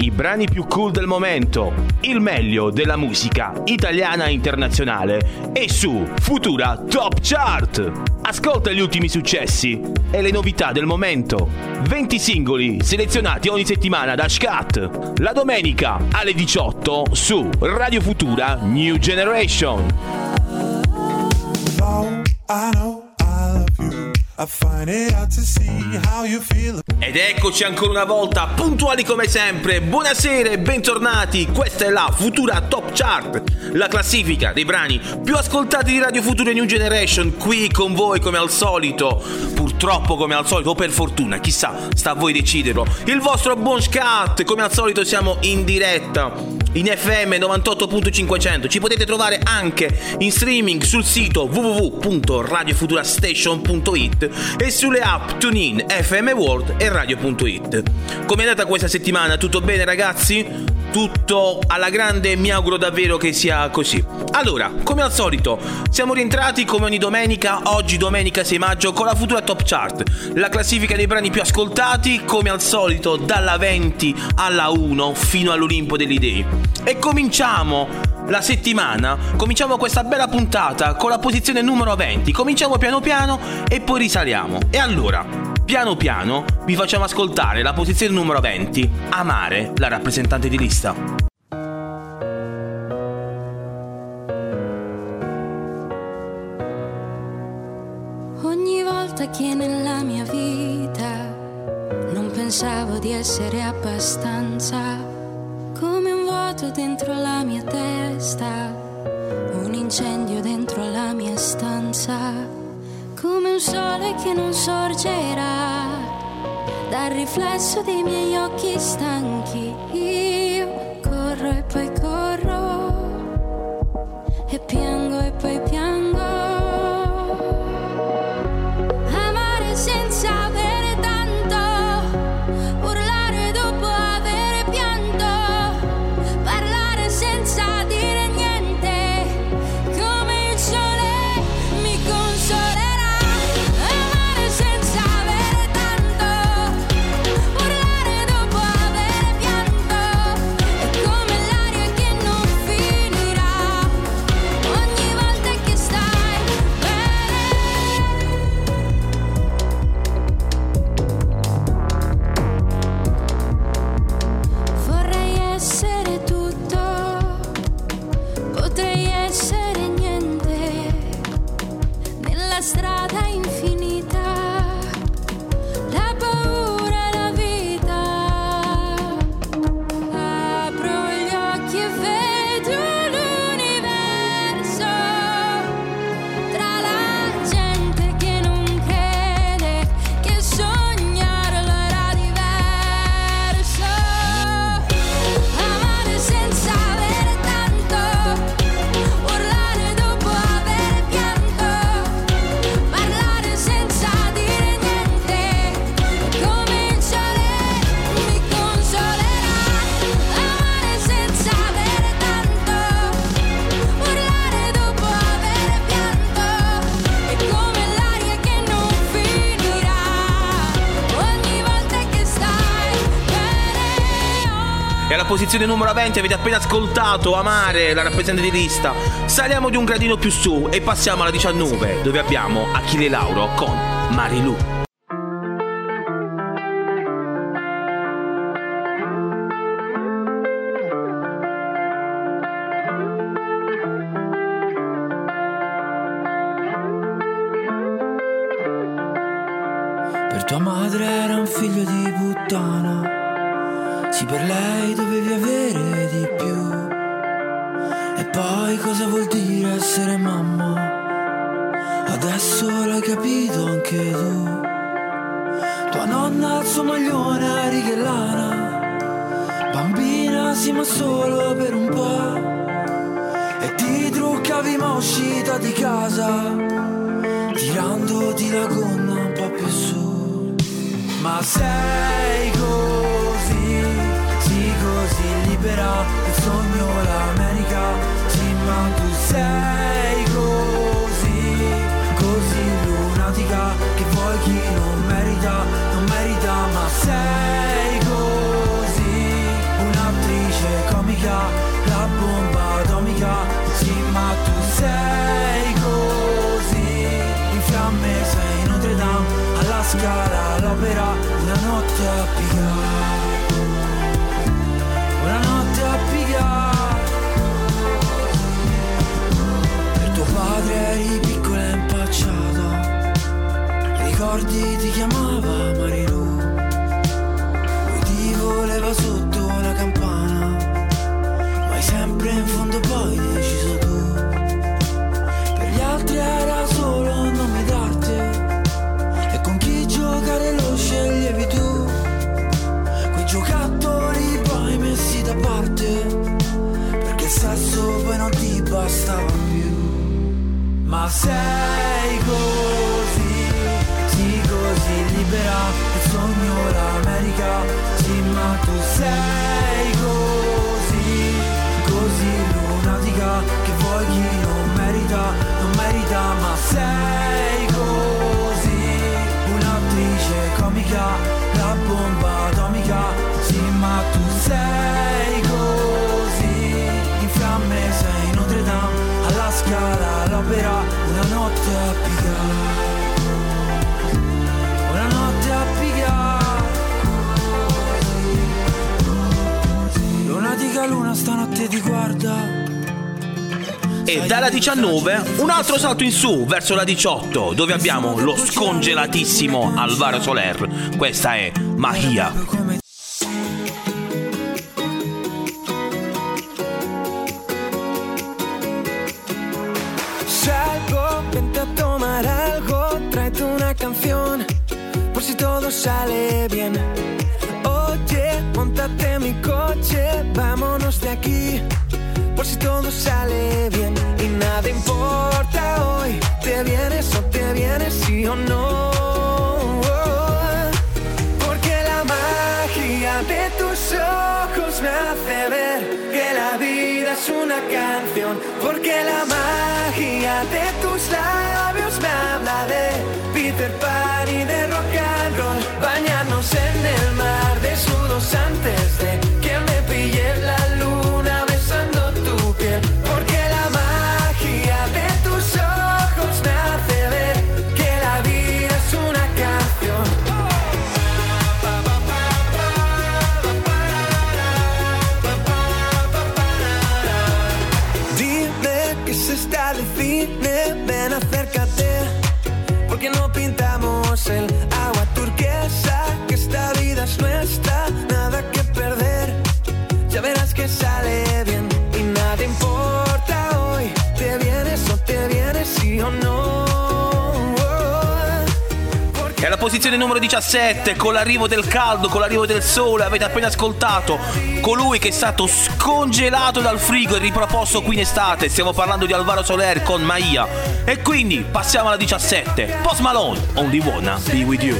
I brani più cool del momento, il meglio della musica italiana e internazionale è su Futura Top Chart. Ascolta gli ultimi successi e le novità del momento. 20 singoli selezionati ogni settimana da Scat. La domenica alle 18 su Radio Futura New Generation. Ed eccoci ancora una volta, puntuali come sempre. Buonasera e bentornati. Questa è la Futura Top Chart, la classifica dei brani più ascoltati di Radio Futura New Generation. Qui con voi come al solito, purtroppo come al solito o per fortuna, chissà, sta a voi deciderlo, il vostro buon Scat. Come al solito siamo in diretta in FM 98.500. Ci potete trovare anche in streaming sul sito www.radiofuturastation.it e sulle app TuneIn, FM World e Radio.it. Come è andata questa settimana? Tutto bene ragazzi? Tutto alla grande, mi auguro davvero che sia così. Allora, come al solito, siamo rientrati come ogni domenica, oggi domenica 6 maggio, con la Futura Top Chart, la classifica dei brani più ascoltati, come al solito, dalla 20 alla 1 fino all'Olimpo degli Dei. E cominciamo la settimana, cominciamo questa bella puntata con la posizione numero 20. Cominciamo piano piano e poi risaliamo. E allora, piano piano vi facciamo ascoltare la posizione numero 20, Amare, la rappresentante di lista. Ogni volta che nella mia vita non pensavo di essere abbastanza, come un vuoto dentro la mia testa, un incendio dentro la mia stanza, come un sole che non sorgerà dal riflesso dei miei occhi stanchi. Io corro e poi corro e piango e poi piango. Amare senza avere tanto, urlare dopo avere pianto, parlare senza dire niente, come il sole mi consolerà. Amare senza avere tanto, urlare dopo avere pianto, è come l'aria che non finirà ogni volta che stai bene. Vorrei essere tutto, potrei essere niente, nella strada infinita, la paura e la vita. Apro gli occhi e vedo l'universo, tra la gente che non crede che sognarlo era diverso. Amare senza avere tanto, urlare dopo avere pianto, parlare senza dire niente, come il sole mi consolerà. Amare senza avere tanto, urlare dopo avere pianto, è come l'aria che non finirà ogni volta che stai bene. E alla posizione numero 20 avete appena ascoltato Amare, la rappresentante di lista. Saliamo di un gradino più su e passiamo alla 19, dove abbiamo Achille Lauro con Marilu. Per tua madre era un figlio di puttana, sì, per lei dovevi avere di più. E poi cosa vuol dire essere mamma? Adesso l'hai capito anche tu. Tua nonna al suo maglione a righe lana, bambina sì ma solo per un po', e ti truccavi ma uscita di casa, tirandoti la gonna un po' più su. Ma sei così, sì così libera, il sogno l'America, sì ma tu sei così, così lunatica, che vuoi chi non merita, non merita, ma sei così, una Scala l'opera, una notte a Pigalle, una notte a Pigalle. Per tuo padre eri piccola e impacciata, ricordi ti chiamava Marilu, lui ti voleva sotto la campana, ma hai sempre in fondo poi deciso tu. Per gli altri era solo un nome d'arte, e con chi giocare lo sceglievi tu. Quei giocattoli poi messi da parte, perché il sesso poi non ti bastava più. Ma sei così, sì così libera, il sogno l'America, sì ma tu sei così, così lunatica, che vuoi chi non merita, non merita, ma sei così, un'attrice comica, la bomba atomica, sì ma tu sei così, in fiamme sei Notre Dame, alla Scala l'opera, una notte a Pigalle, una notte a Pigalle. Lunatica luna stanotte ti guarda. E dalla 19 un altro salto in su verso la 18, dove abbiamo lo scongelatissimo Alvaro Soler. Questa è Magia. Salgo, vente a tomar algo, tráete una canción, por si todo sale bien. Oye, móntate en mi coche, vámonos de aquí, por si todo sale bien. Y nada importa hoy, te vienes o te vienes, sí o no. Porque la magia de tus ojos me hace ver que la vida es una canción. Porque la magia de tus labios me habla de Peter Pan y de rock and roll. Bañarnos en el mar desnudos antes de que me pille la luna besando tu piel. Porque la magia de tus ojos me hace ver que la vida es una canción. Dime que se está de cine, ven acércate, porque no pintamos el agua turquesa, que esta vida es nuestra, nada que perder, ya verás que sale bien. Y nada importa hoy, te vienes o te vienes, sí o no. E alla posizione numero 17, con l'arrivo del caldo, con l'arrivo del sole, avete appena ascoltato colui che è stato scongelato dal frigo e riproposto qui in estate. Stiamo parlando di Alvaro Soler con Maia. E quindi passiamo alla 17, Post Malone, Only Wanna Be With You.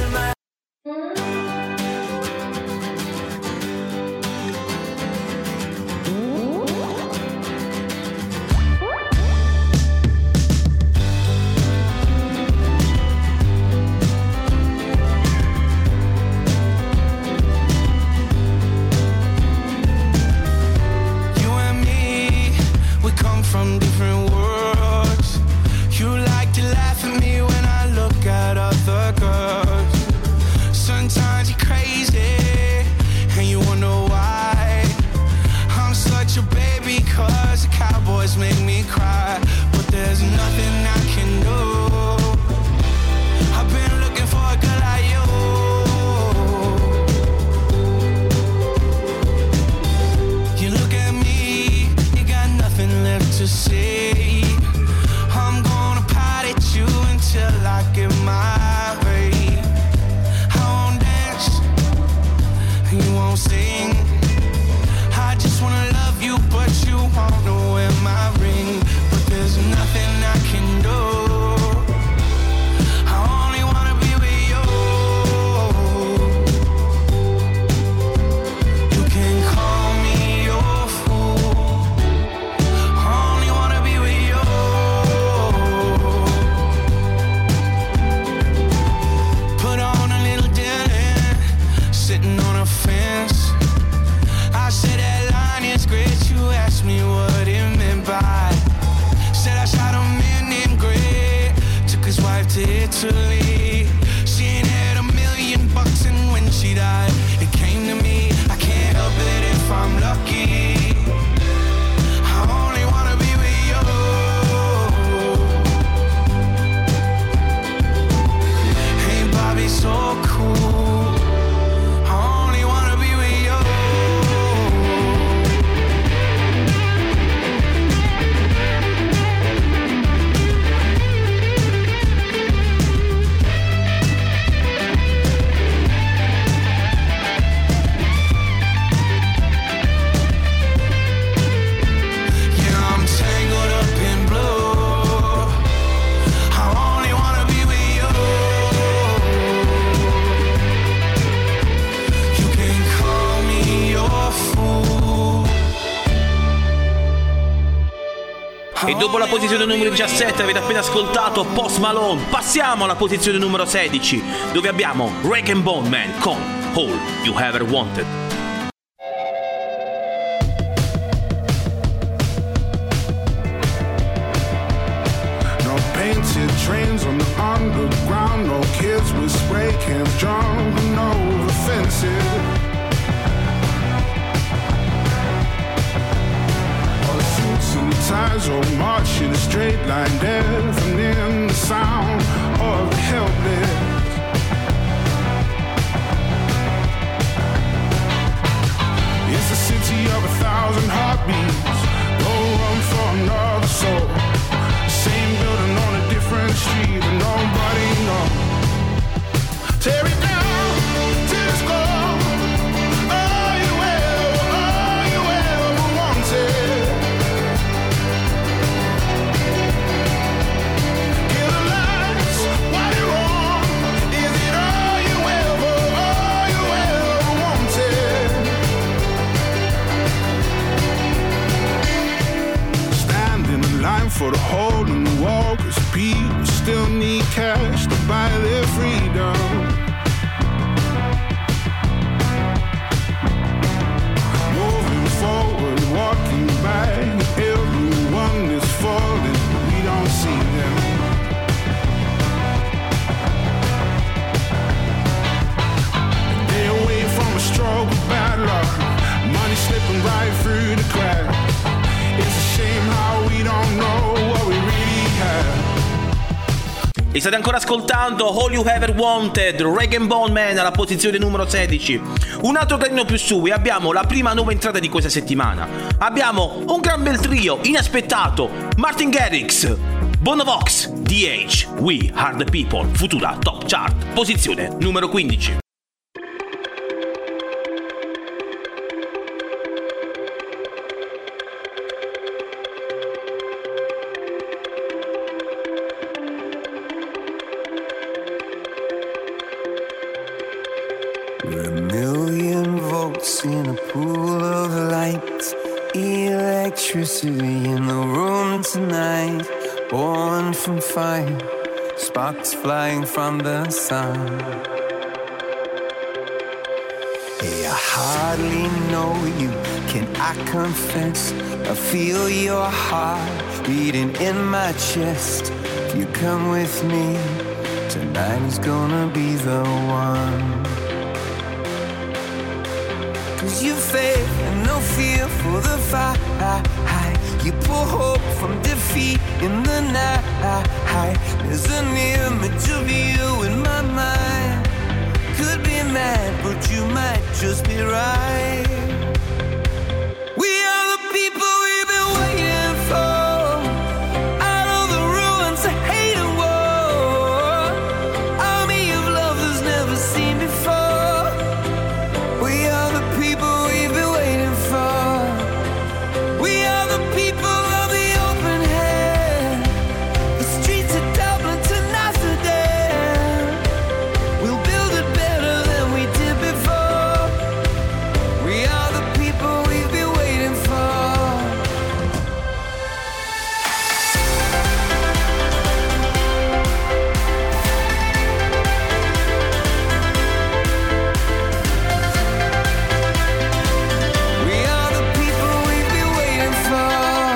From different worlds, you like to laugh at me when I look at other girls. Sometimes you're crazy and you wonder why I'm such a baby, cause the Cowboys make me cry. But there's nothing I can do. I've been looking for a girl like you. You look at me, you got nothing left to say. I'm gonna pot at you until I get my way. I won't dance, you won't sing. I just wanna love you, but you won't know where my ring. But E dopo la posizione numero 17 avete appena ascoltato Post Malone. Passiamo alla posizione numero 16, dove abbiamo Rag & Bone Man con All You Ever Wanted. No painted trains on the underground, no kids with spray cans jumping over fences. And ties all march in a straight line, deafening the sound of the helpless. It's a city of 1,000 heartbeats, no room for another soul. Same building on a different street, but nobody knows. Tear it down till it's gone. All you ever wanted. For the hole in the wall, 'cause people still need cash to buy their freedom. Moving forward, walking back, everyone is falling, we don't see them. They away from a struggle, bad luck, money slipping right through the cracks. It's a shame how we don't know what we really have. E state ancora ascoltando All You Ever Wanted, Rag & Bone Man alla posizione numero 16. Un altro gradino più su e abbiamo la prima nuova entrata di questa settimana. Abbiamo un gran bel trio, inaspettato, Martin Garrix, Bono Vox, DH, We Are The People, futura top chart, posizione numero 15. In a pool of light, electricity in the room tonight. Born from fire, sparks flying from the sun. Hey, I hardly know you, can I confess? I feel your heart beating in my chest. If you come with me, tonight is gonna be the one. 'Cause you faith and no fear for the fight. You pull hope from defeat in the night. There's an image of you in my mind. Could be mad, but you might just be right. We are the people we've been waiting for. Out of the ruins of hate and war. Army of love that's never seen before. We are the people we've been waiting for. We are the people of the open hand. The streets of Dublin to Amsterdam. We'll build it better than we did before. We are the people we've been waiting for. We are the people we've been waiting for.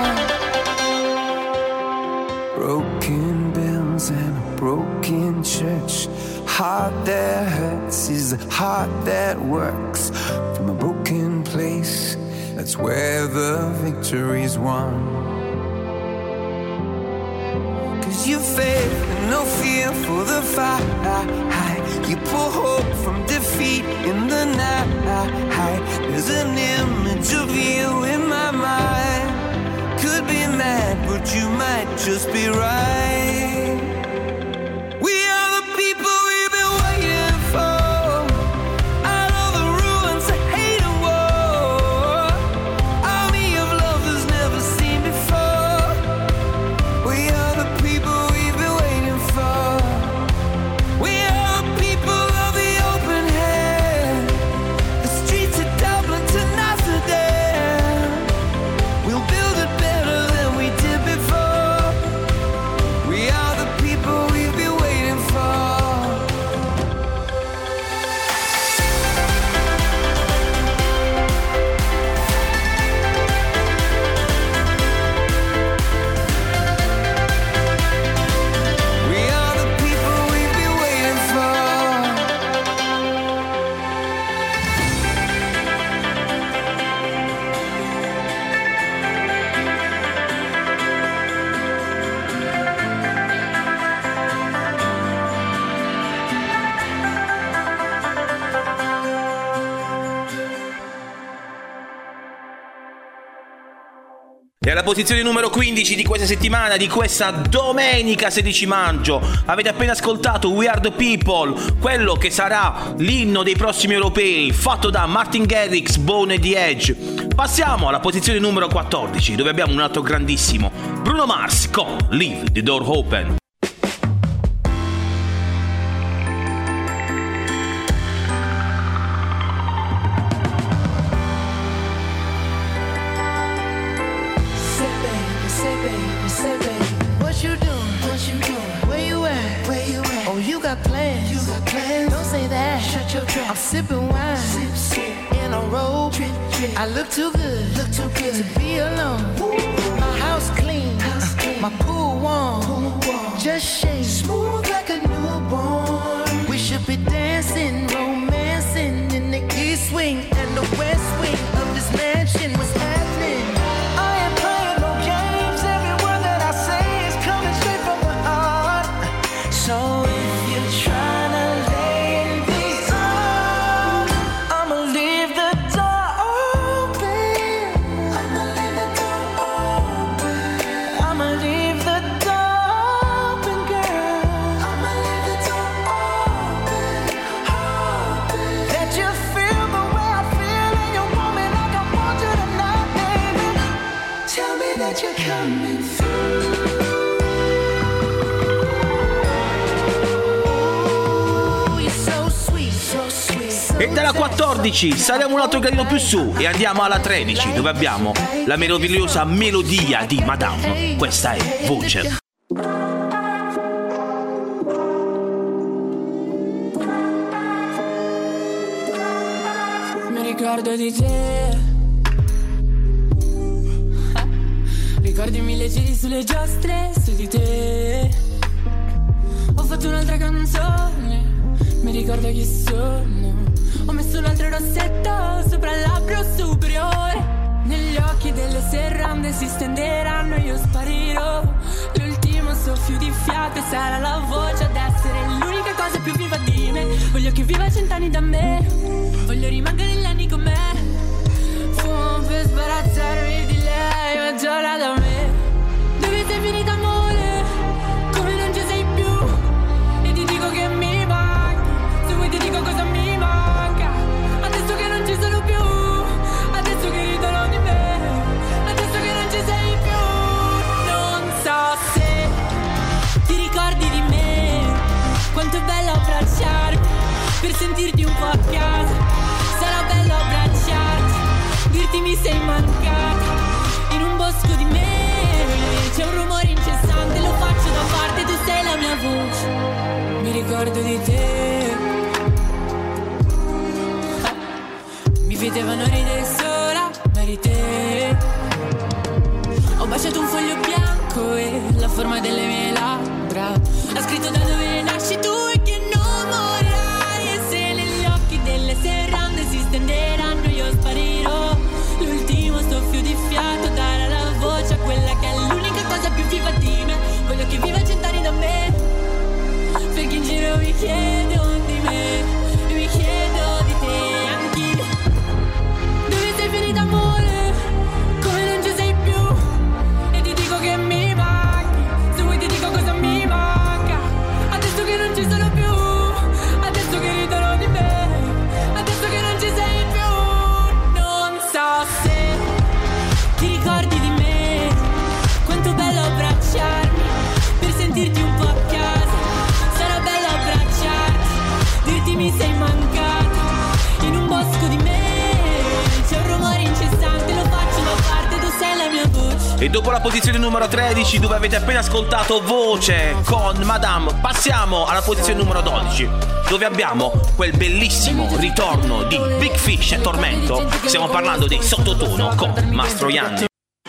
Broken bells and a broken church. Heart that hurts is a heart that works. From a broken place, that's where the victory's won. 'Cause you faith and no fear for the fight. You pull hope from defeat in the night. There's an image of you in my mind. Could be mad, but you might just be right. We are the people we've been waiting for. Out of the ruins of hate and war. Army of love that's never seen before. We are the people we've been waiting for. We are the people of the open hand. The streets of Dublin to Amsterdam. We'll build it better than we did before. E alla posizione numero 15 di questa settimana, di questa domenica 16 maggio, avete appena ascoltato We Are The People, quello che sarà l'inno dei prossimi europei, fatto da Martin Garrix, Bone e The Edge. Passiamo alla posizione numero 14, dove abbiamo un altro grandissimo, Bruno Mars con Leave the Door Open. I'm sipping wine in a robe. I look too good to be alone. My house clean, my pool warm. Just shake smooth like a newborn. We should be dancing, romancing in the east wing and the west wing of this mansion. What's happening? I ain't playing no games. Every word that I say is coming straight from the heart. So if you're trying to E dalla 14 saliamo un altro gradino più su e andiamo alla 13, dove abbiamo la meravigliosa melodia di Madame. Questa è Voce. Mi ricordo di te. Ricordi mille giri sulle giostre su di te. Ho fatto un'altra canzone. Mi ricordo chi sono. Ho messo un altro rossetto sopra il labbro superiore. Negli occhi delle serrande si stenderanno e io sparirò. L'ultimo soffio di fiato e sarà la voce ad essere l'unica cosa più viva di me. Voglio che viva 100 anni da me. Voglio rimanere negli anni con me. Fumo per sbarazzarmi di lei, ma giora da me. Dove sei finita amore? Come non ci sei più? E ti dico che mi manchi. Se vuoi ti dico cosa mi manca. Adesso che non ci sono più. Adesso che ridono di me. Adesso che non ci sei più. Non so se ti ricordi di me. Quanto è bello abbracciarti per sentirti un po' a casa. Sarà bello abbracciarti, dirti mi sei mancata. In un bosco di me c'è un rumore incessante, lo faccio da parte, tu sei la mia voce. Mi ricordo di te. Mi vedevano ridere sola, ma eri te. Ho baciato un foglio bianco e la forma delle mie labbra ha scritto da dove nasci tu e che non morirai. E se negli occhi delle serrande si stenderanno io sparirò. L'ultimo soffio di fiato darà la voce a quella che è l'unica cosa più viva di me. Voglio che viva 100 anni da me. Perché in giro mi chiedo di me e mi chiedo di te anch'io. Dove sei finita amore? Come non ci sei più? E ti dico che mi manchi. Se vuoi ti dico cosa mi manca. Adesso che non ci sono più. Adesso che ridono di me. Adesso che non ci sei più. Non so se ti ricordi di me. Quanto bello abbracciarmi per sentirti un po' a casa. Sarà bello abbracciarti, dirti mi sei mancata. In un bosco di me c'è un rumore incessante, lo faccio da parte, tu sei la mia voce. E dopo la posizione numero 13, dove avete appena ascoltato Voce con Madame, passiamo alla posizione numero 12, dove abbiamo quel bellissimo ritorno di Big Fish e Tormento. Stiamo parlando dei Sottotono con Mastroianni.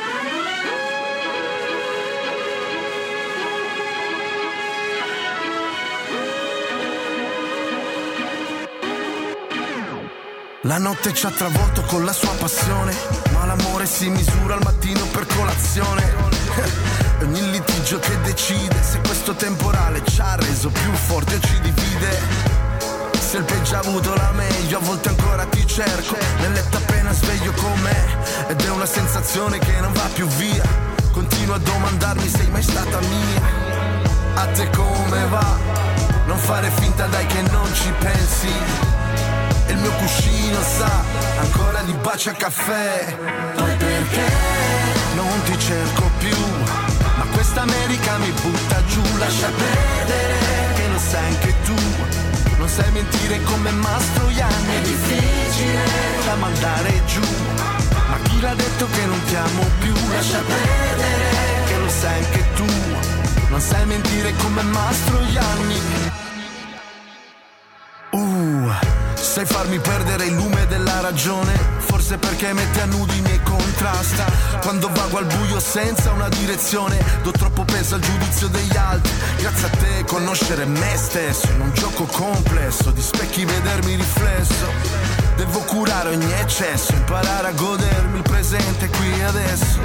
La notte ci ha travolto con la sua passione, ma l'amore si misura al mattino per colazione. Ogni litigio che decide se questo temporale ci ha reso più forti o ci divide. Se il peggio ha avuto la meglio, a volte ancora ti cerco nel letto appena sveglio con me. ed è una sensazione che non va più via. Continuo a domandarmi, sei mai stata mia? A te come va? Non fare finta dai che non ci pensi. E il mio cuscino sa ancora di baci a caffè. Poi perché non ti cerco più? Ma questa America mi butta giù. Lascia perdere, che lo sai anche tu. Non sai mentire come Mastroianni. È difficile da mandare giù. Ma chi l'ha detto che non ti amo più? Lascia perdere, che lo sai anche tu. Non sai mentire come Mastroianni. Sai farmi perdere il lume della ragione. Forse perché metti a nudo i miei contrasta. Quando vago al buio senza una direzione, do troppo peso al giudizio degli altri. Grazie a te conoscere me stesso in un gioco complesso di specchi vedermi riflesso. Devo curare ogni eccesso, imparare a godermi il presente qui e adesso.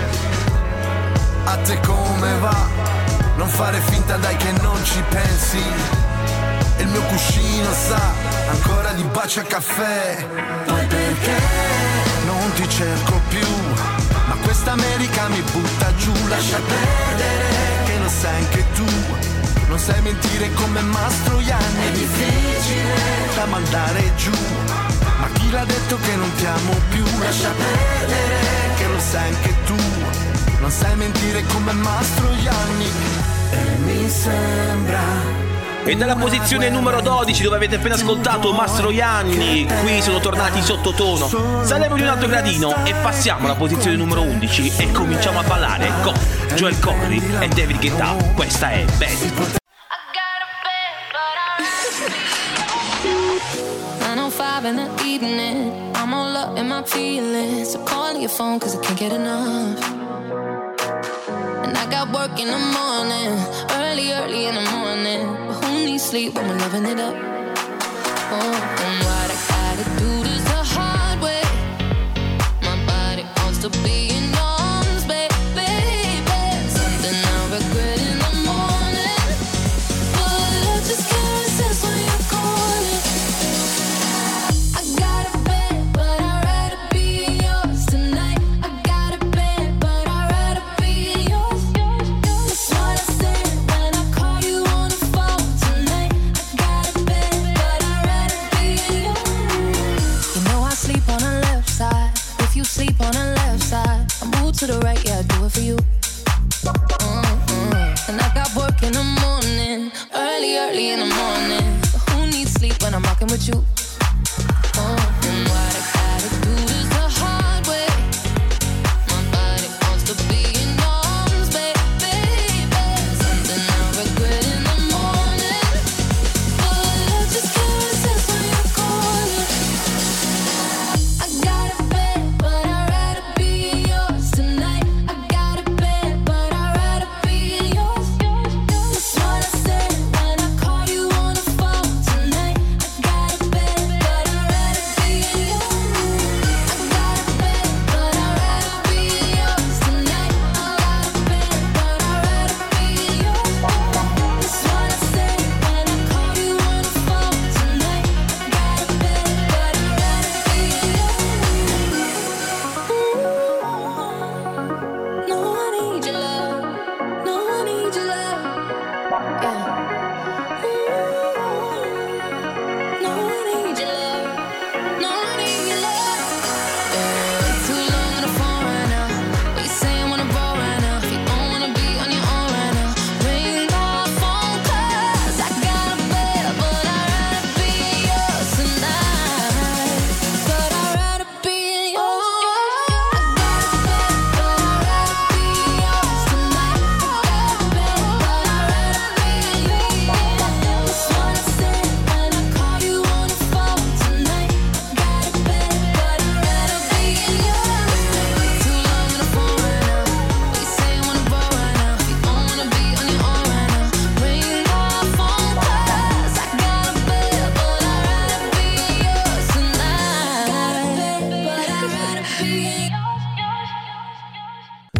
A te come va? Non fare finta dai che non ci pensi. E il mio cuscino sa ancora di baci a caffè. Poi perché non ti cerco più? Ma questa America mi butta giù. Lascia perdere, che lo sai anche tu. Non sai mentire come Mastroianni. È difficile da mandare giù. Ma chi l'ha detto che non ti amo più? Lascia perdere, che lo sai anche tu. Non sai mentire come Mastroianni. E mi sembra. E dalla posizione numero 12, dove avete appena ascoltato Mastroianni, qui sono tornati sottotono. Saliamo di un altro gradino e passiamo alla posizione numero 11 e cominciamo a ballare con Joel Corry e David Guetta. Questa è Bad. 9:05 in the evening, I'm all up in my feelings. So calling your phone cause I can't get enough. And I got work in the morning, early in the morning. But who needs sleep when we're loving it up? Oh, and what I gotta do is the hard way. My body wants to be in arms, baby. Something I'll regret in the morning. But I just can't resist when you're calling. I got a bed, but I'd rather be yours tonight. I got a bed, but I'd rather be yours. That's what I said when I call you on the phone tonight. I got a bed, but I'd rather be yours.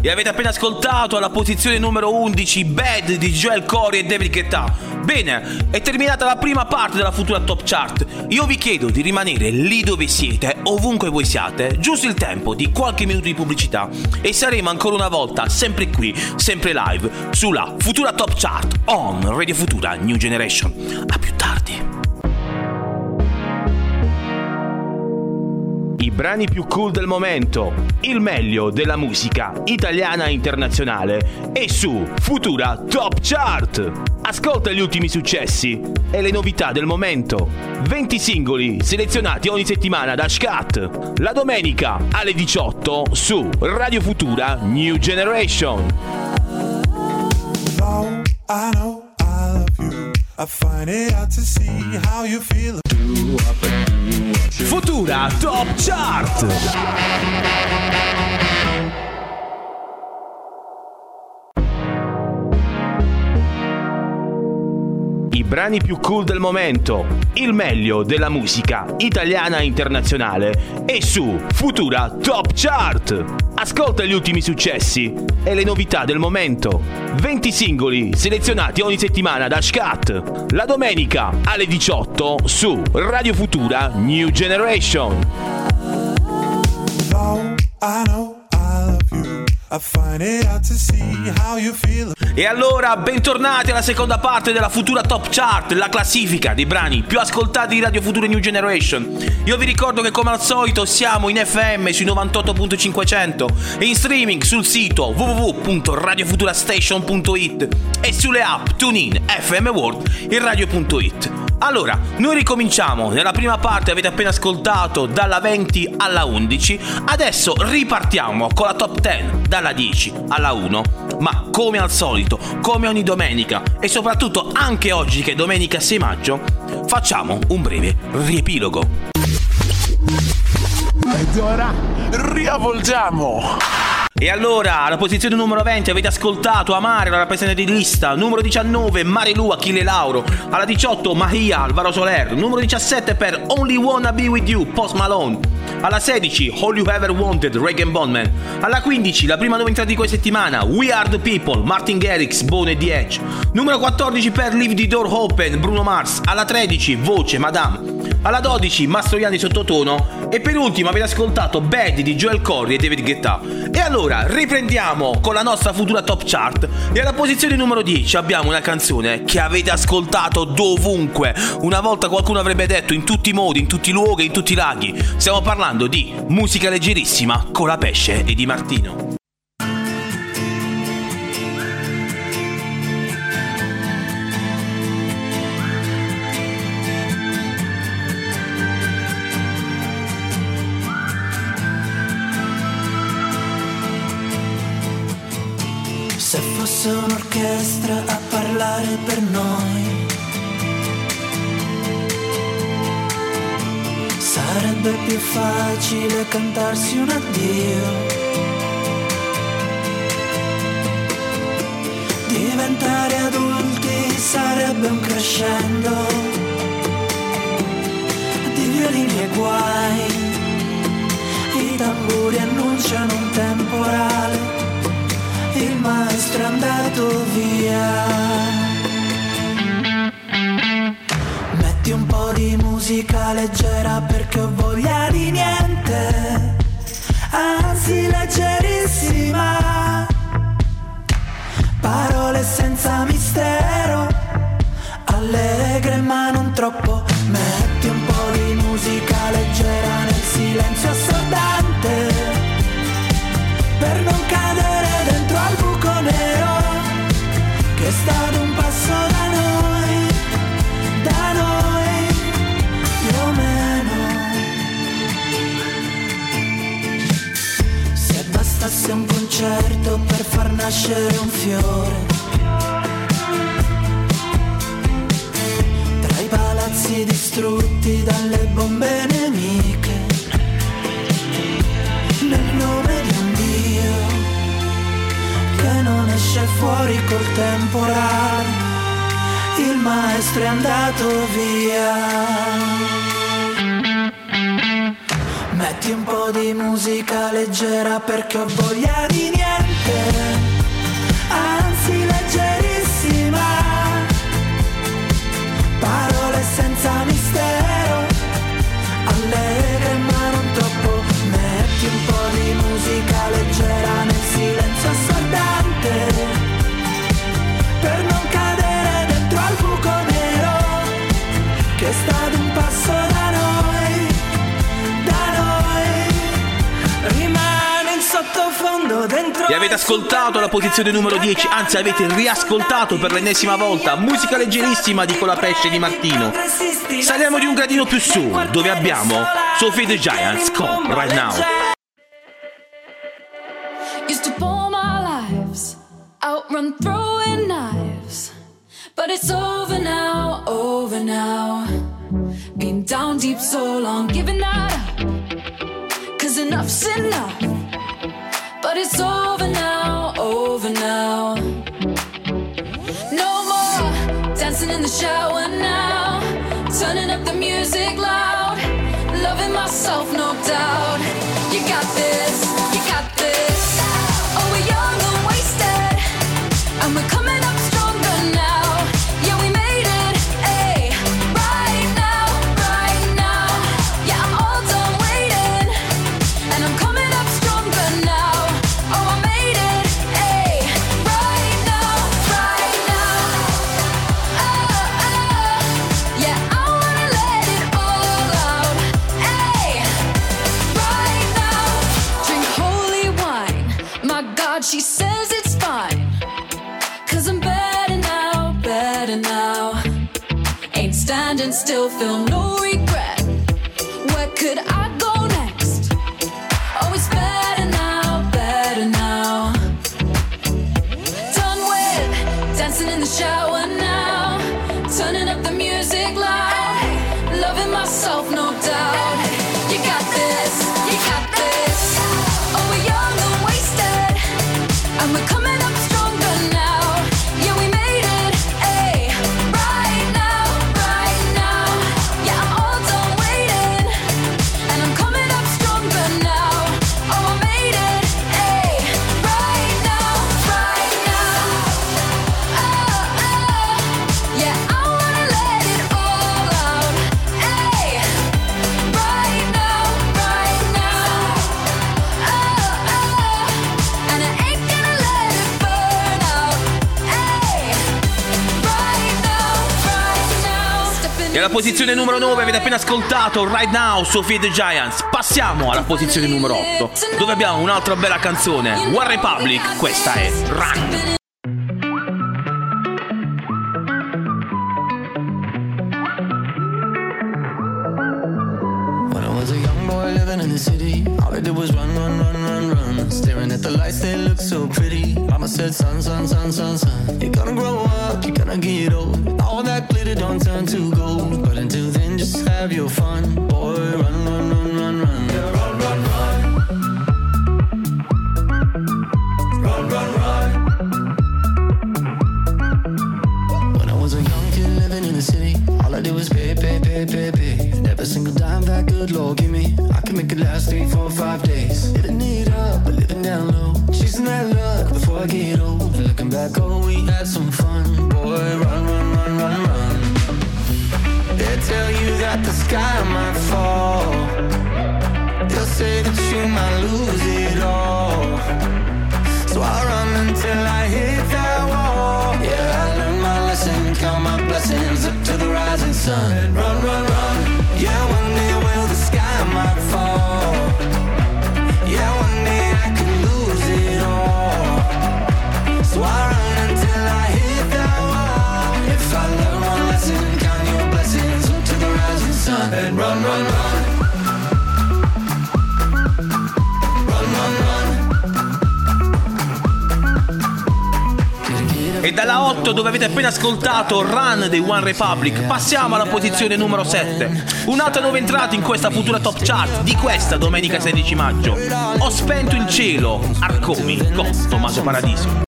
e avete appena ascoltato alla posizione numero 11 Bad di Joel Corry e David Guetta. Bene, è terminata la prima parte della Futura Top Chart. Io vi chiedo di rimanere lì dove siete, ovunque voi siate, giusto il tempo di qualche minuto di pubblicità e saremo ancora una volta sempre qui, sempre live sulla Futura Top Chart on Radio Futura New Generation. A più tardi. I brani più cool del momento, il meglio della musica italiana e internazionale è su Futura Top Chart. Ascolta gli ultimi successi e le novità del momento. 20 singoli selezionati ogni settimana da Scat. La domenica alle 18 su Radio Futura New Generation. No, I know I love you. I find it hard to see how you feel. Futura Top Chart. I brani più cool del momento, il meglio della musica italiana e internazionale è su Futura Top Chart. Ascolta gli ultimi successi e le novità del momento. 20 singoli selezionati ogni settimana da Scat. La domenica alle 18 su Radio Futura New Generation. No, I know I love you. I find it hard to see how you feel. E allora, bentornati alla seconda parte della Futura Top Chart, la classifica dei brani più ascoltati di Radio Futura New Generation. Io vi ricordo che come al solito siamo in FM sui 98.500 e in streaming sul sito www.radiofuturastation.it e sulle app TuneIn, FM World e Radio.it. Allora, noi ricominciamo. Nella prima parte avete appena ascoltato dalla 20 alla 11. Adesso ripartiamo con la top 10 dalla 10 alla 1. Ma come al solito, come ogni domenica e soprattutto anche oggi che è domenica 6 maggio, facciamo un breve riepilogo. Ed ora riavvolgiamo. E allora, alla posizione numero 20 avete ascoltato Amare, la rappresentante di lista. Numero 19, Marilu, Achille Lauro. Alla 18, Mahia, Alvaro Soler. Numero 17 per Only Wanna Be With You, Post Malone. Alla 16, All You Ever Wanted, Regan Bondman. Alla 15, la prima nuova entrata di questa settimana, We Are The People, Martin Garrix, Bone e The Edge. Numero 14 per Leave The Door Open, Bruno Mars. Alla 13, Voce, Madame. Alla 12, Mastroianni Sottotono. E per ultimo avete ascoltato Bad di Joel Corry e David Guetta. E allora riprendiamo con la nostra Futura Top Chart. E alla posizione numero 10 abbiamo una canzone che avete ascoltato dovunque. Una volta qualcuno avrebbe detto in tutti i modi, in tutti i luoghi, in tutti i laghi. Stiamo parlando di Musica Leggerissima con La Pesce e Di Martino. Se fosse un'orchestra a parlare per noi, sarebbe più facile cantarsi un addio. Diventare adulti sarebbe un crescendo di violini e guai. I tamburi annunciano un temporale. Il maestro è andato via. Metti un po' di musica leggera perché ho voglia di niente, anzi leggerissima. Parole senza mistero, allegre ma non troppo. Metti un po' di musica leggera nel silenzio assordante, per non cadere dentro al buco nero che sta ad un passo da noi più o meno. Se bastasse un concerto per far nascere un fiore, tra i palazzi distrutti dalle bombe nemiche, nel nome di un Dio che non esce fuori col temporale, il maestro è andato via. Metti un po' di musica leggera perché ho voglia di niente, anzi leggerissima, parole senza mistero, allegre ma non troppo. Metti un po' di musica leggera nel silenzio assordante, per non cadere dentro al buco nero che sta ad un passo da noi, rimane in sottofondo dentro. E avete ascoltato la posizione numero 10, anzi avete riascoltato per l'ennesima volta musica leggerissima di Colapesce di Martino. Saliamo di un gradino più su, dove abbiamo Sophie the Giants con Right Now. Used to pour my lives, outrun throwing knives, but it's over now, over now. Been down deep so long, giving that up, 'cause enough's enough. But it's over now, over now. No more dancing in the shower now, turning up the music loud, loving myself, no doubt. You got this, you got this. Oh, we're young and wasted, and we're coming up stronger now. Yeah, we made it, hey, right now, right now. Yeah, I'm all done waiting, and I'm coming up stronger now. Oh, I made it, hey, right now, right now. Oh, oh, yeah, I wanna let it all out, hey, right now. Drink holy wine, my God, she says it's fine, 'cause I'm better now, better now. Ain't standing still, feel no regret. Where could I go next? Oh, it's better now, better now. Done with dancing in the shower now, turning up the music loud, loving myself, no doubt. You got this, you got this. Oh, we're young and wasted, and we're coming up stronger now. Yeah, we made it, hey, right now, right now. Yeah, I'm all done waiting, and I'm coming up stronger now. Oh, I made it, hey, right now, right now. Oh, oh, yeah, I wanna let it all out, hey, right now, right now. Oh, oh, and I ain't gonna let it burn out, hey, right now, right now. Stepping E alla posizione numero 9 avete appena ascoltato Right Now, Sophie the Giants. Passiamo alla posizione numero 8, dove abbiamo un'altra bella canzone, One Republic, questa è Run. When I was a young boy living in the city, all I did was run, run, run, run, run. Staring at the lights, they looked so pretty. Mama said, son, son, son, son, son, you're gonna grow up, you're gonna get old. All that glitter don't turn to gold. But until then, just have your fun. Boy, run, run, run, run, run. Yeah, run, run, run. Run, run, run. When I was a young kid living in the city, all I did was pay, pay, pay, pay, pay. And every single dime that good Lord give me, I can make it last 3, 4, 5 days. Living it up, but living down low, chasing that luck before I get old. And looking back, oh, we had some fun. Boy, run, run, run, run, run. They tell you that the sky might fall, they'll say that you might lose it all. So I run until I hit that wall. Yeah, I learned my lesson, count my blessings up to the rising sun. And run, run, run. Yeah, one day will the sky might fall. Yeah, one day I could lose it all. So I run until I hit that wall. If I learn one lesson, count your blessings up to the rising sun. And run, run, run. Run, run, run. E dalla 8, dove avete appena ascoltato Run dei One Republic, passiamo alla posizione numero 7. Un'altra nuova entrata in questa futura top chart di questa domenica 16 maggio. Ho spento il cielo, Arcomi con Tommaso Paradiso.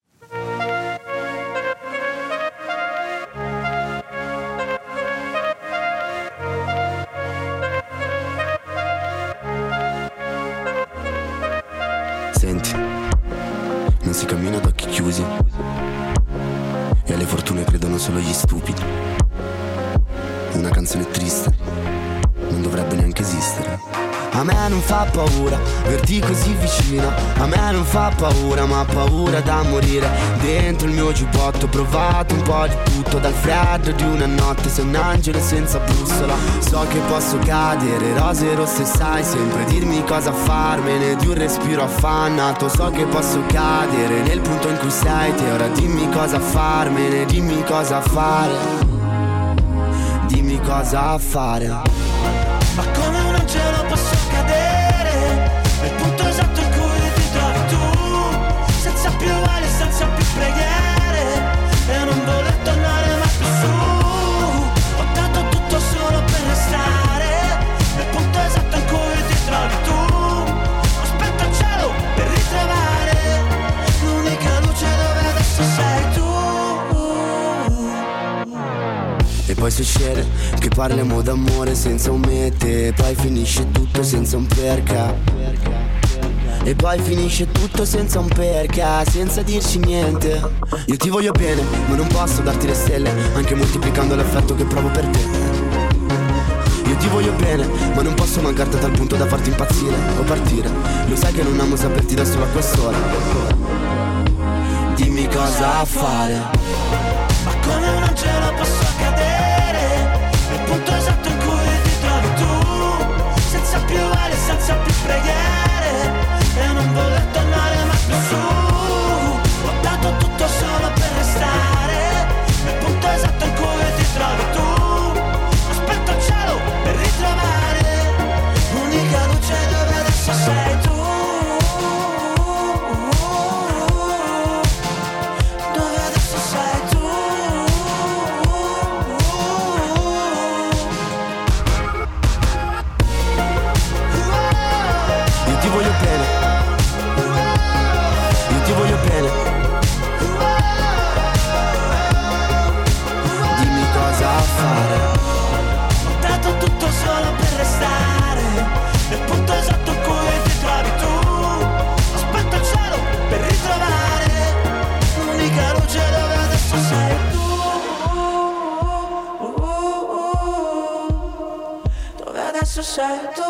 Senti, non si cammina ad occhi chiusi e alle fortune credono solo gli stupidi. Una canzone triste non dovrebbe neanche esistere. A me non fa paura verti così vicino, a me non fa paura, ma paura da morire. Dentro il mio giubbotto ho provato un po' di tutto, dal freddo di una notte sei un angelo senza bussola. So che posso cadere, rose rosse sai sempre dirmi cosa farmene di un respiro affannato. So che posso cadere nel punto in cui sei te, ora dimmi cosa farmene, dimmi cosa fare, dimmi cosa fare. Ma come un angelo posso cadere nel punto esatto in cui ti trovi tu, senza più vale, senza più preghiere, e non voler tornare mai più su. Ho dato tutto solo per restare nel punto esatto in cui ti trovi tu. Ho spento il cielo per ritrovare l'unica luce dove adesso sei tu. E poi succede che parliamo d'amore senza un mete, poi finisce tutto senza un perché. E poi finisce tutto senza un perché, senza dirci niente. Io ti voglio bene, ma non posso darti le stelle, anche moltiplicando l'affetto che provo per te. Io ti voglio bene, ma non posso mancarti a tal punto da farti impazzire o partire. Lo sai che non amo saperti da solo a quest'ora. Dimmi cosa fare. Ma come un angelo posso cadere nel punto esatto in cui ti trovi tu, senza più vale, senza più preghiere, e non voler tornare mai più su. Ho dato tutto solo per restare nel punto esatto in cui ti trovi tu. Ho spento il cielo per ritrovare l'unica luce dove adesso sei tu. Dove adesso sei tu. Io ti voglio bene, io ti voglio bene. Dimmi cosa fare. Ho dato tutto solo per restare nel punto esatto in cui ti trovi tu. Aspetto il cielo per ritrovare l'unica luce dove adesso sei tu. Dove adesso sei tu.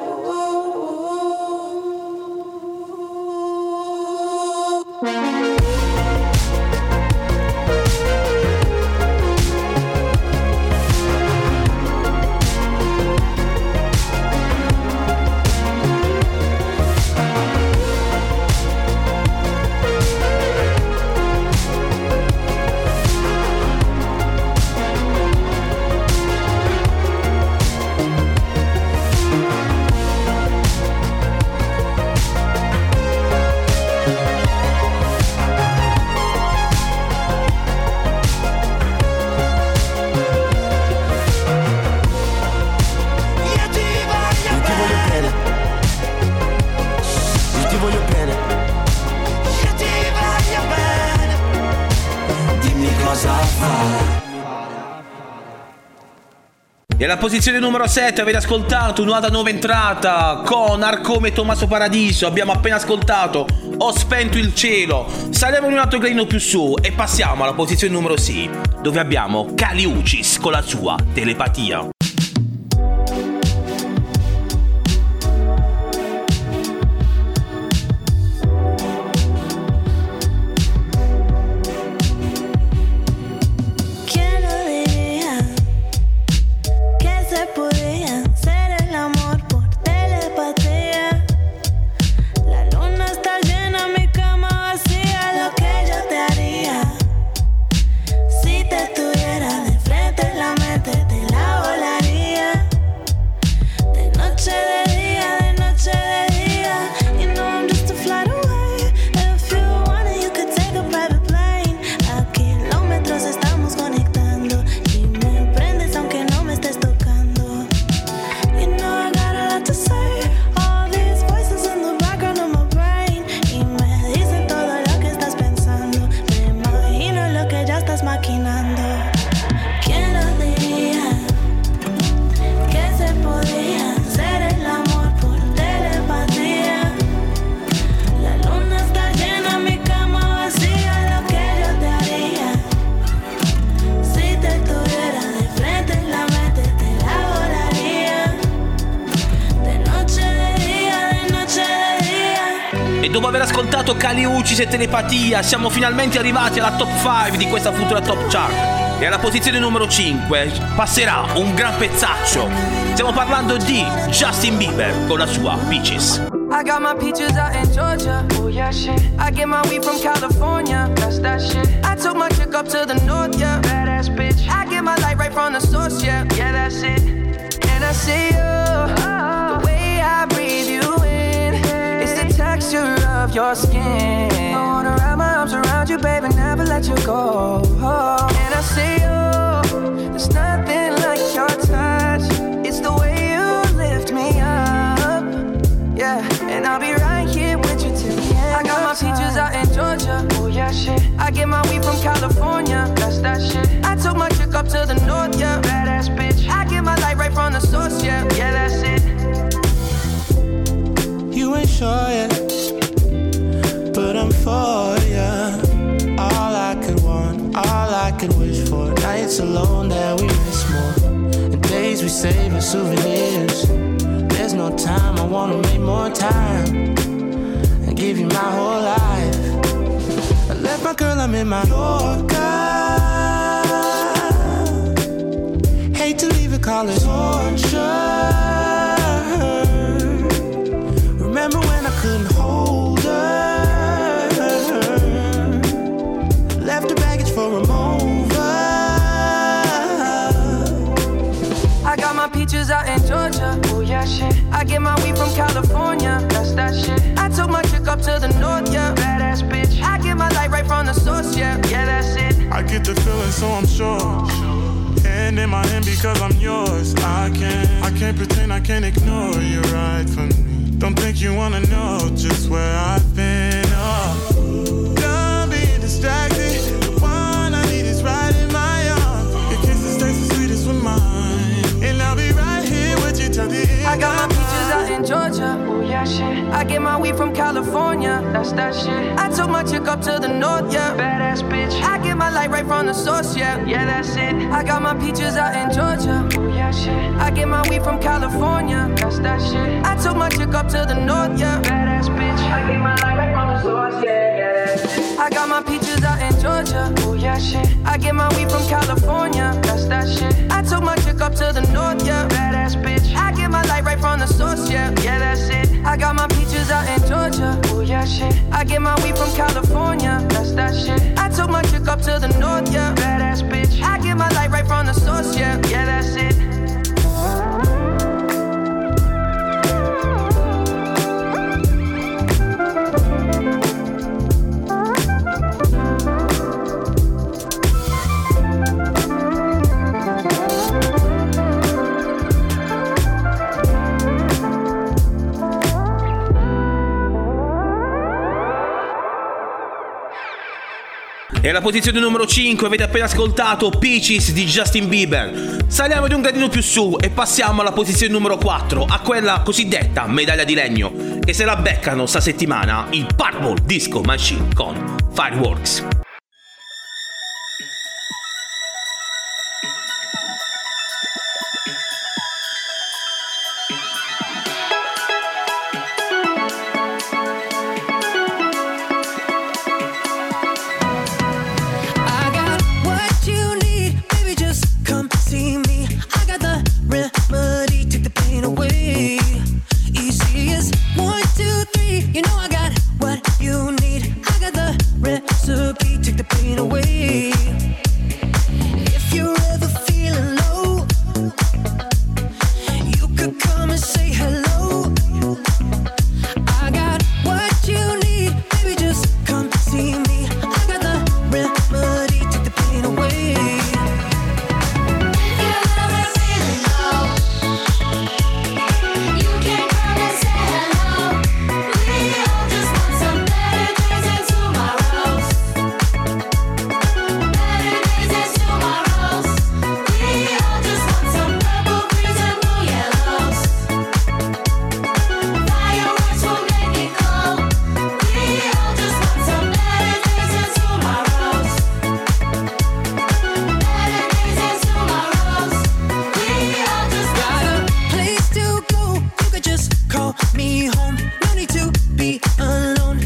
E alla posizione numero 7 avete ascoltato una nuova entrata con Arcome e Tommaso Paradiso. Abbiamo appena ascoltato Ho spento il cielo. Saliamo in un altro gradino più su e passiamo alla posizione numero 6, dove abbiamo Kali Uchis con la sua Telepatia. Si te tuviera de frente en la mente te la volaría. E dopo aver ascoltato Kali Uchis e Telepatia, siamo finalmente arrivati alla top 5 di questa futura top chart. E alla posizione numero 5 passerà un gran pezzaccio. Stiamo parlando di Justin Bieber con la sua Peaches. I got my peaches out in Georgia. Oh yeah, shit. I get my weed from California. That's that shit. I took my chick up to the north, yeah. Badass bitch. I get my light right from the source, yeah. Yeah, that's it. And I see you, the way I breathe you in. It's the texture of your skin. I wanna wrap my arms around you, baby, never let you go. And I see you, there's nothing like your touch. It's the way you lift me up. Yeah, and I'll be right here with you till the end. I got my peaches out in Georgia. Oh yeah, shit. I get my weed from California. That's that shit. I took my chick up to the north, yeah. Badass bitch. I get my light right from the source, yeah. Yeah, that's it. You ain't sure yet, but I'm for ya. All I could want, all I could wish for. Nights alone that we miss more, and days we save as souvenirs. There's no time, I wanna make more time and give you my whole life. I left my girl, I'm in my Yorker. Hate to leave it, call it torture. Remember when I couldn't hold her? Left her baggage for a mover. I got my peaches out in Georgia. Oh yeah, shit. I get my weed from California. That's that shit. I took my chick up to the north, yeah. Badass bitch. I get my light right from the source, yeah. Yeah, that's it. I get the feeling, so I'm sure. Hand in my hand because I'm yours. I can't pretend, I can't ignore you right from me. Don't think you wanna know just where I've been. Oh, done being distracted. The one I need is right in my arms. Your kisses taste the sweetest with mine, and I'll be right here with you till the end. I got my peaches out in Georgia. Oh yeah, shit. I get my weed from California. That's that shit. I took my chick up to the north, yeah. Badass bitch. I get my light right from the source, yeah. Yeah, that's it. I got my peaches out in Georgia. Oh yeah, shit. I get my weed from California. That's that shit. I took my chick up to the north, yeah. Badass bitch. I get my light right from the source, yeah. Yeah, that's it. I got my peaches out in Georgia. Oh yeah, shit. I get my weed from California. That's that shit. I took my chick up to the north, yeah. Badass bitch. I get my light right from the source, yeah. Yeah, that's it. I got my peaches out in Georgia. Oh yeah, shit. I get my weed from California. That's that shit. I took my chick up to the north, yeah. Badass bitch. I get my light right from the source, yeah. Yeah, that's it. E alla posizione numero 5 avete appena ascoltato Peaches di Justin Bieber. Saliamo di un gradino più su e passiamo alla posizione numero 4, a quella cosiddetta medaglia di legno, che se la beccano sta settimana il Purple Disco Machine con Fireworks. me home. No need to be alone.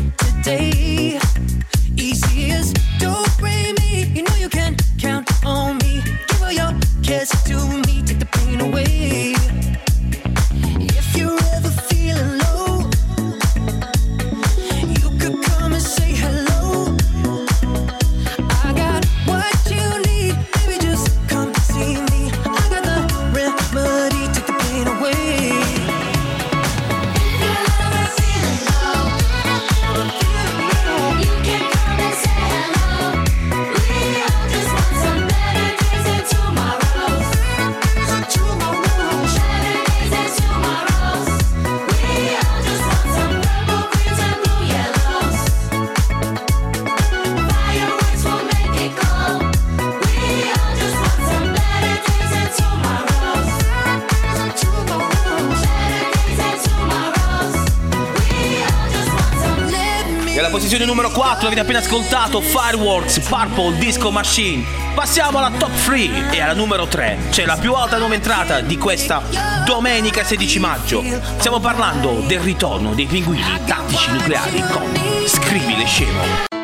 E alla posizione numero 4 avete appena ascoltato Fireworks, Purple Disco Machine. Passiamo alla top 3 e alla numero 3 c'è la più alta nuova entrata di questa domenica 16 maggio. Stiamo parlando del ritorno dei Pinguini Tattici Nucleari con Scrivile Scemo.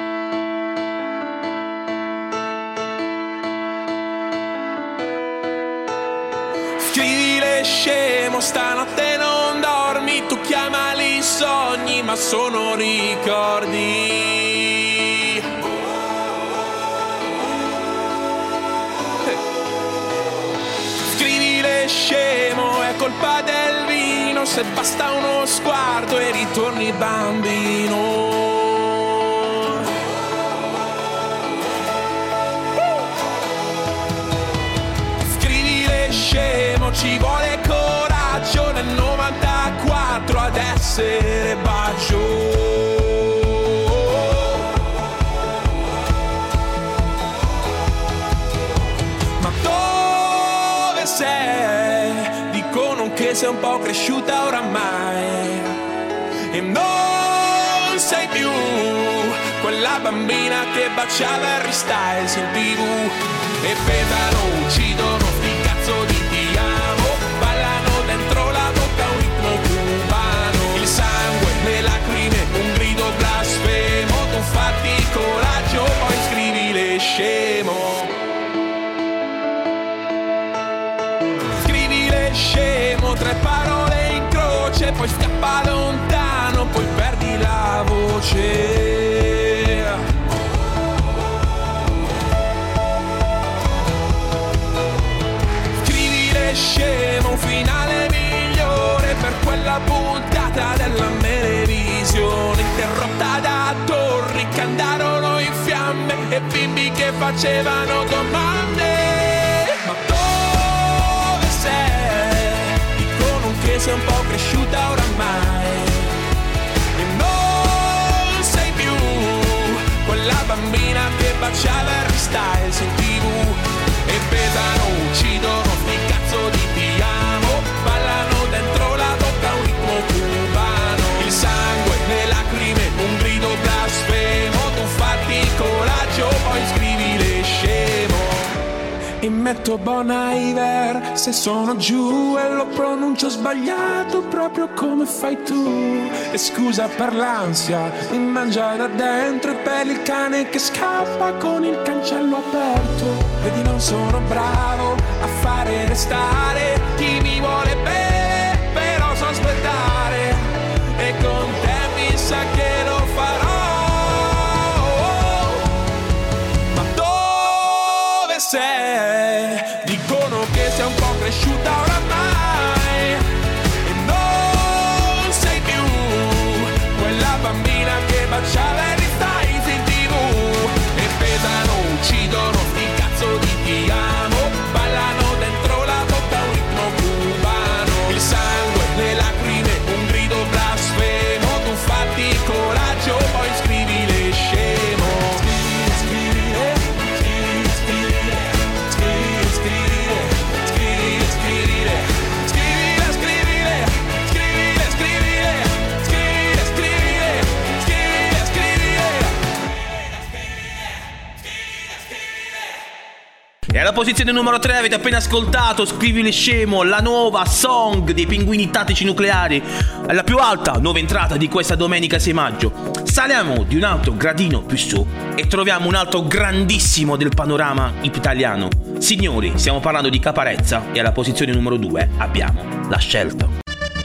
Scrivile scemo, stanotte non dormi, tu chiamali sogni, ma sono ricordi. Scrivile scemo, è colpa del vino, se basta uno sguardo e ritorni bambino. Scemo, ci vuole coraggio nel 94 ad essere bacio. Ma dove sei? Dicono che sei un po' cresciuta oramai e non sei più quella bambina che baciava Harry Styles in TV. E pedano, uccidono, sti cazzo di ti amo, ballano dentro la bocca un ritmo cubano. Il sangue, le lacrime, un grido blasfemo, tu fatti coraggio, poi scrivile scemo. Scrivile scemo, 3 parole in croce, poi scappa lontano, poi perdi la voce. Scemo, un finale migliore per quella puntata della televisione, interrotta da torri che andarono in fiamme e bimbi che facevano domande. Ma dove sei? Dicono che sei un po' cresciuta oramai e non sei più quella bambina che baciava Harry Styles in TV. E pesano, uccidono, sti cazzo di ti amo, ballano dentro la bocca un ritmo cubano. Il sangue, le lacrime, un grido blasfemo, tu fatti coraggio, poi scrivile scemo. E metto Bon Iver se sono giù e lo pronuncio sbagliato proprio come fai tu. E scusa per l'ansia, mi mangia da dentro e per il cane che scappa con il cancello aperto. Vedi non sono bravo a fare restare chi mi vuole bene, però so aspettare e con te mi sa che lo farò. Ma dove sei? Dicono che sei un po' cresciuta oramai e non sei più quella bambina che baciava Harry Styles in TV. E pesano, uccidono, sti cazzo di ti amo, ballano dentro la bocca un ritmo cubano. Il sangue, le lacrime, un grido blasfemo, tu fatti coraggio, poi scrivile scemo. Scrivile, scrivile, scrivile, scrivile, scrivile, scrivile, scrivile, scrivile, scrivile, scrivile, scrivile, scrivile, scrivile, scrivile, E alla posizione numero 3 avete appena ascoltato Scrivile Scemo, la nuova song dei Pinguini Tattici Nucleari, la più alta nuova entrata di questa domenica 6 maggio. Saliamo di un altro gradino più su e troviamo un altro grandissimo del panorama italiano. Signori, stiamo parlando di Caparezza e alla posizione numero 2 abbiamo La Scelta.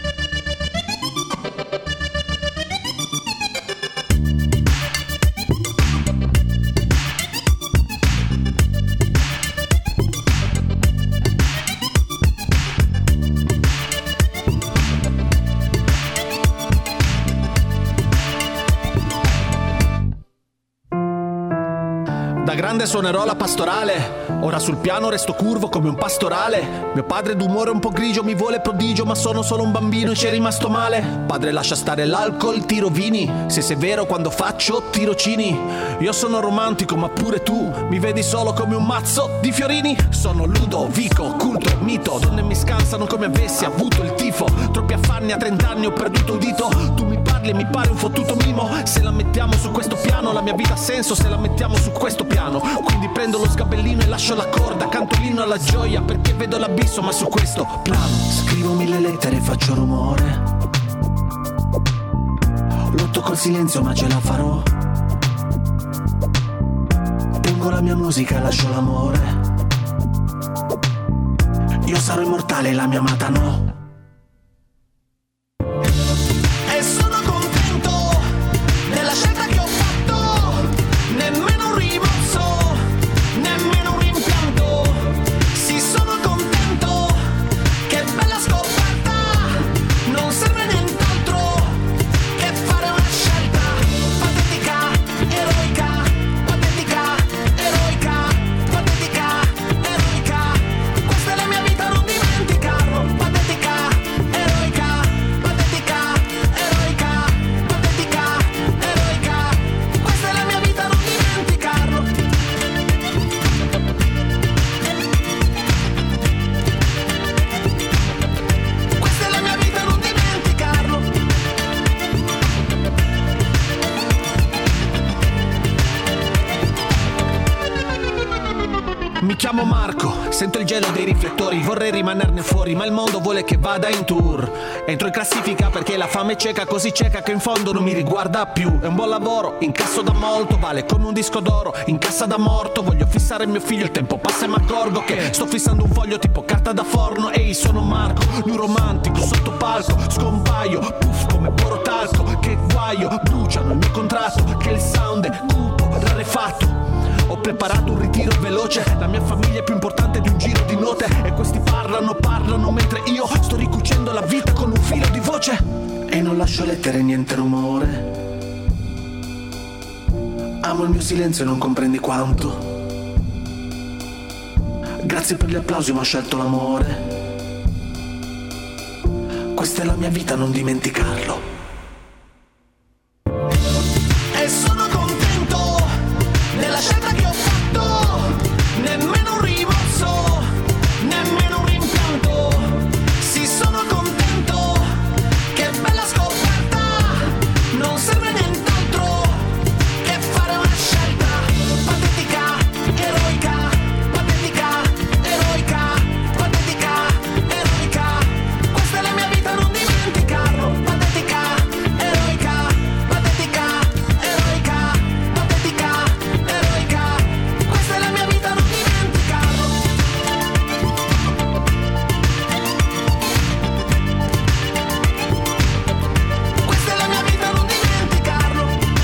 Da grande suonerò la pastorale, ora sul piano resto curvo come un pastorale. Mio padre d'umore un po' grigio mi vuole prodigio, ma sono solo un bambino e ci è rimasto male. Padre lascia stare l'alcol, tiro vini, se sei vero quando faccio tirocini. Io sono romantico ma pure tu mi vedi solo come un mazzo di fiorini. Sono Ludovico, culto, mito, donne mi scansano come avessi avuto il tifo. Troppi affanni a 30 anni ho perduto un dito, tu mi parli parli e mi pare un fottuto mimo. Se la mettiamo su questo piano, la mia vita ha senso se la mettiamo su questo piano. Quindi prendo lo sgabellino e lascio la corda, canto l'inno alla gioia perché vedo l'abisso, ma su questo piano. Scrivo 1000 lettere e faccio rumore, lotto col silenzio ma ce la farò. Tengo la mia musica e lascio l'amore. Io sarò immortale e la mia amata no. E sono contento della scelta che ho fatto, nemmeno un rimorso, nemmeno un rimpianto. Sì, sono contento, che bella scoperta, non serve nient'altro che fare una scelta patetica, eroica, patetica, eroica, patetica, eroica. Questa è la mia vita, non dimenticarlo. Patetica, eroica, patetica, eroica, patetica, eroica. Questa è la mia vita, non dimenticarlo. Questa è la mia vita, non dimenticarlo. Mi chiamo Marco, sento il gelo dei riflettori, vorrei rimanerne fuori, ma il mondo vuole che vada in tour. Entro in classifica perché la fame è cieca, così cieca che in fondo non mi riguarda più. È un buon lavoro, incasso da molto, vale come un disco d'oro, in cassa da morto. Voglio fissare mio figlio, il tempo passa e mi accorgo che sto fissando un foglio tipo carta da forno. Ehi, sono Marco, neuromantico, sotto palco, scompaio, puff come porotalco. Che guaio, bruciano il mio contratto, che il sound è cupo, rarefatto. Ho preparato un ritiro veloce, la mia famiglia è più importante di un giro di note. E questi parlano mentre io sto ricucendo la vita con un filo di voce. E non lascio lettere, niente rumore. Amo il mio silenzio e non comprendi quanto. Grazie per gli applausi ma ho scelto l'amore. Questa è la mia vita, non dimenticarlo. E sono contento della scelta che ho fatto, nemmeno un rimorso, nemmeno un rimpianto. Sì, sono contento, che bella scoperta, non serve nient'altro che fare una scelta patetica, eroica, patetica, eroica, patetica, eroica. Questa è la mia vita, non dimenticarlo. Patetica, eroica, patetica, eroica, patetica, eroica. Questa è la mia vita, non dimenticarlo. Questa è la mia vita, non dimenticarlo.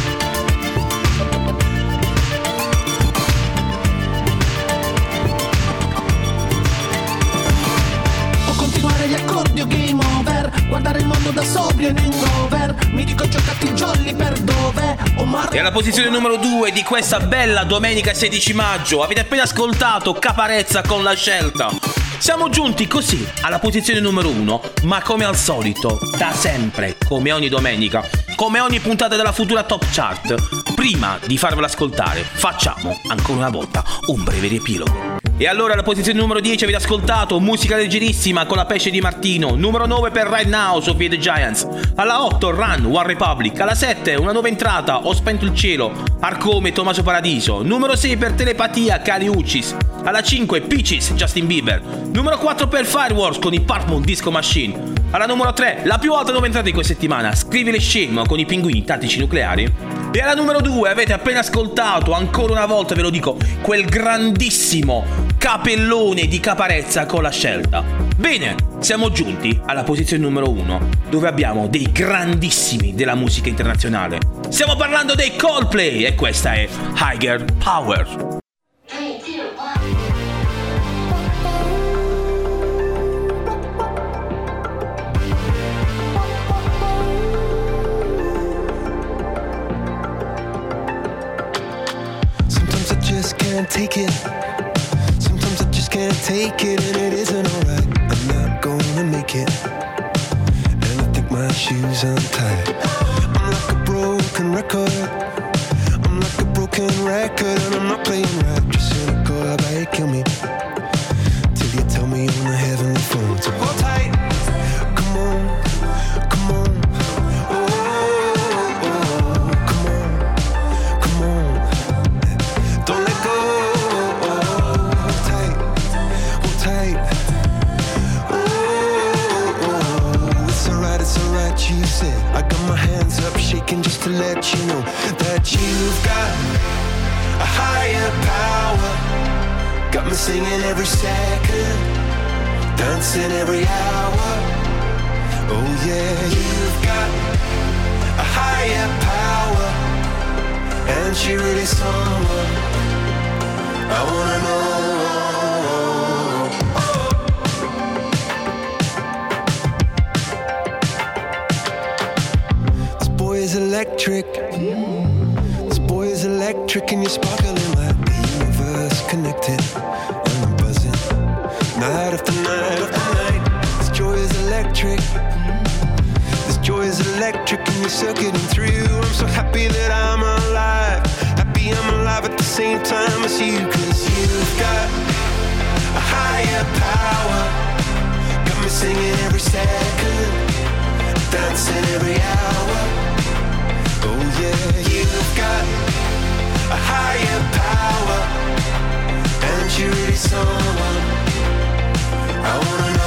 O continuare gli accordi o game over, guardare il mondo da sobrio in hangover. Mi dico giocati jolly per dove? E alla posizione numero 2 di questa bella domenica 16 maggio avete appena ascoltato Caparezza con La Scelta. Siamo giunti così alla posizione numero 1, ma come al solito, da sempre, come ogni domenica, come ogni puntata della futura Top Chart, prima di farvela ascoltare, facciamo ancora una volta un breve riepilogo. E allora alla posizione numero 10 avete ascoltato musica leggerissima con La Pesce di Martino, numero 9 per Right Now, Sophie the Giants, alla 8 Run, One Republic, alla 7 una nuova entrata, Ho spento il cielo, Arcome, Tommaso Paradiso, numero 6 per Telepatia, Kali Uchis, alla 5 Peaches, Justin Bieber, numero 4 per Fireworks con i Purple Disco Machine, alla numero 3 la più alta nuova entrata di questa settimana, Scrivi le Shame con i Pinguini Tattici Nucleari. E alla numero 2 avete appena ascoltato, ancora una volta ve lo dico, quel grandissimo capellone di Caparezza con La Scelta. Bene, siamo giunti alla posizione numero 1, dove abbiamo dei grandissimi della musica internazionale. Stiamo parlando dei Coldplay e questa è Higher Power. Can't take it. Sometimes I just can't take it, and it isn't alright. I'm not gonna make it, and I think my shoes untied. I'm like a broken record. I'm like a broken record, and I'm not playing right. Just cynical, how about you kill me till you tell me on the heavenly phone. So hold tight, come on, come on. Oh, speaking just to let you know that you've got a higher power. Got me singing every second, dancing every hour. Oh yeah, you've got a higher power, and she really someone I wanna know. This boy is electric. This boy is electric, and you're sparkling like the universe connected. And I'm buzzing night after night after night. This joy is electric. This joy is electric, and you're circuiting through. I'm so happy that I'm alive. Happy I'm alive at the same time as you. 'Cause you've got a higher power. Got me singing every second, dancing every hour. Oh yeah, you've got a higher power, and you're really someone I wanna know.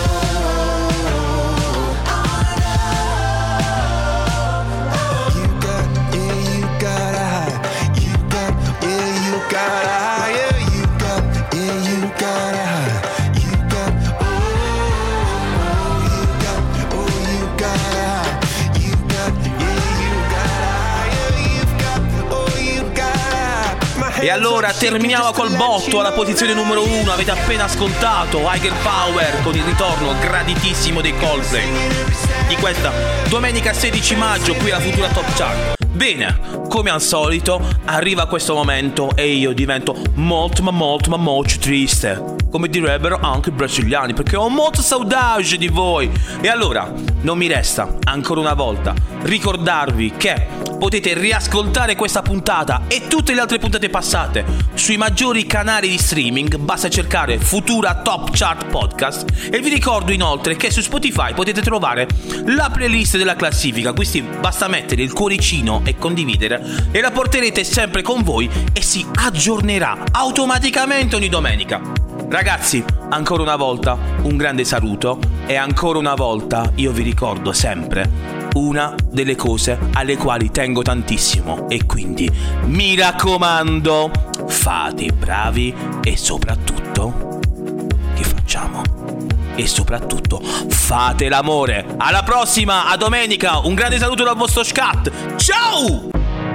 You got, yeah, you got a high. You got, yeah, you got a high. Yeah, you got, yeah, you got a high. You got, oh, you got, oh, you got a high. You got, yeah, you got a high. Yeah, you've got, oh, you got a high. E allora terminiamo col botto alla posizione numero 1. Avete appena ascoltato Higher Power con il ritorno graditissimo dei Coldplay di questa domenica 16 maggio qui alla Futura Top Chart. Bene, come al solito arriva questo momento e io divento molto triste, come direbbero anche i brasiliani, perché ho molto saudade di voi. E allora non mi resta ancora una volta ricordarvi che potete riascoltare questa puntata e tutte le altre puntate passate sui maggiori canali di streaming. Basta cercare Futura Top Chart Podcast. E vi ricordo inoltre che su Spotify potete trovare la playlist della classifica. Quindi basta mettere il cuoricino e condividere e la porterete sempre con voi e si aggiornerà automaticamente ogni domenica. Ragazzi, ancora una volta un grande saluto e ancora una volta io vi ricordo sempre una delle cose alle quali tengo tantissimo, e quindi mi raccomando, fate i bravi e soprattutto che facciamo? E soprattutto fate l'amore. Alla prossima, a domenica. Un grande saluto dal vostro Scat. Ciao!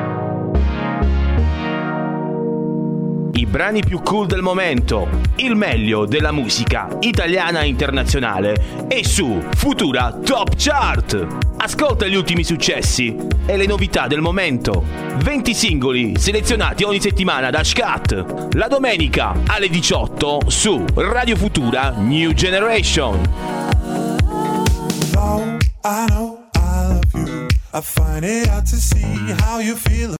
I brani più cool del momento, il meglio della musica italiana e internazionale è su Futura Top Chart. Ascolta gli ultimi successi e le novità del momento. 20 singoli selezionati ogni settimana da Scat. La domenica alle 18 su Radio Futura New Generation. Though I know I love you, I find it hard to see how you feel.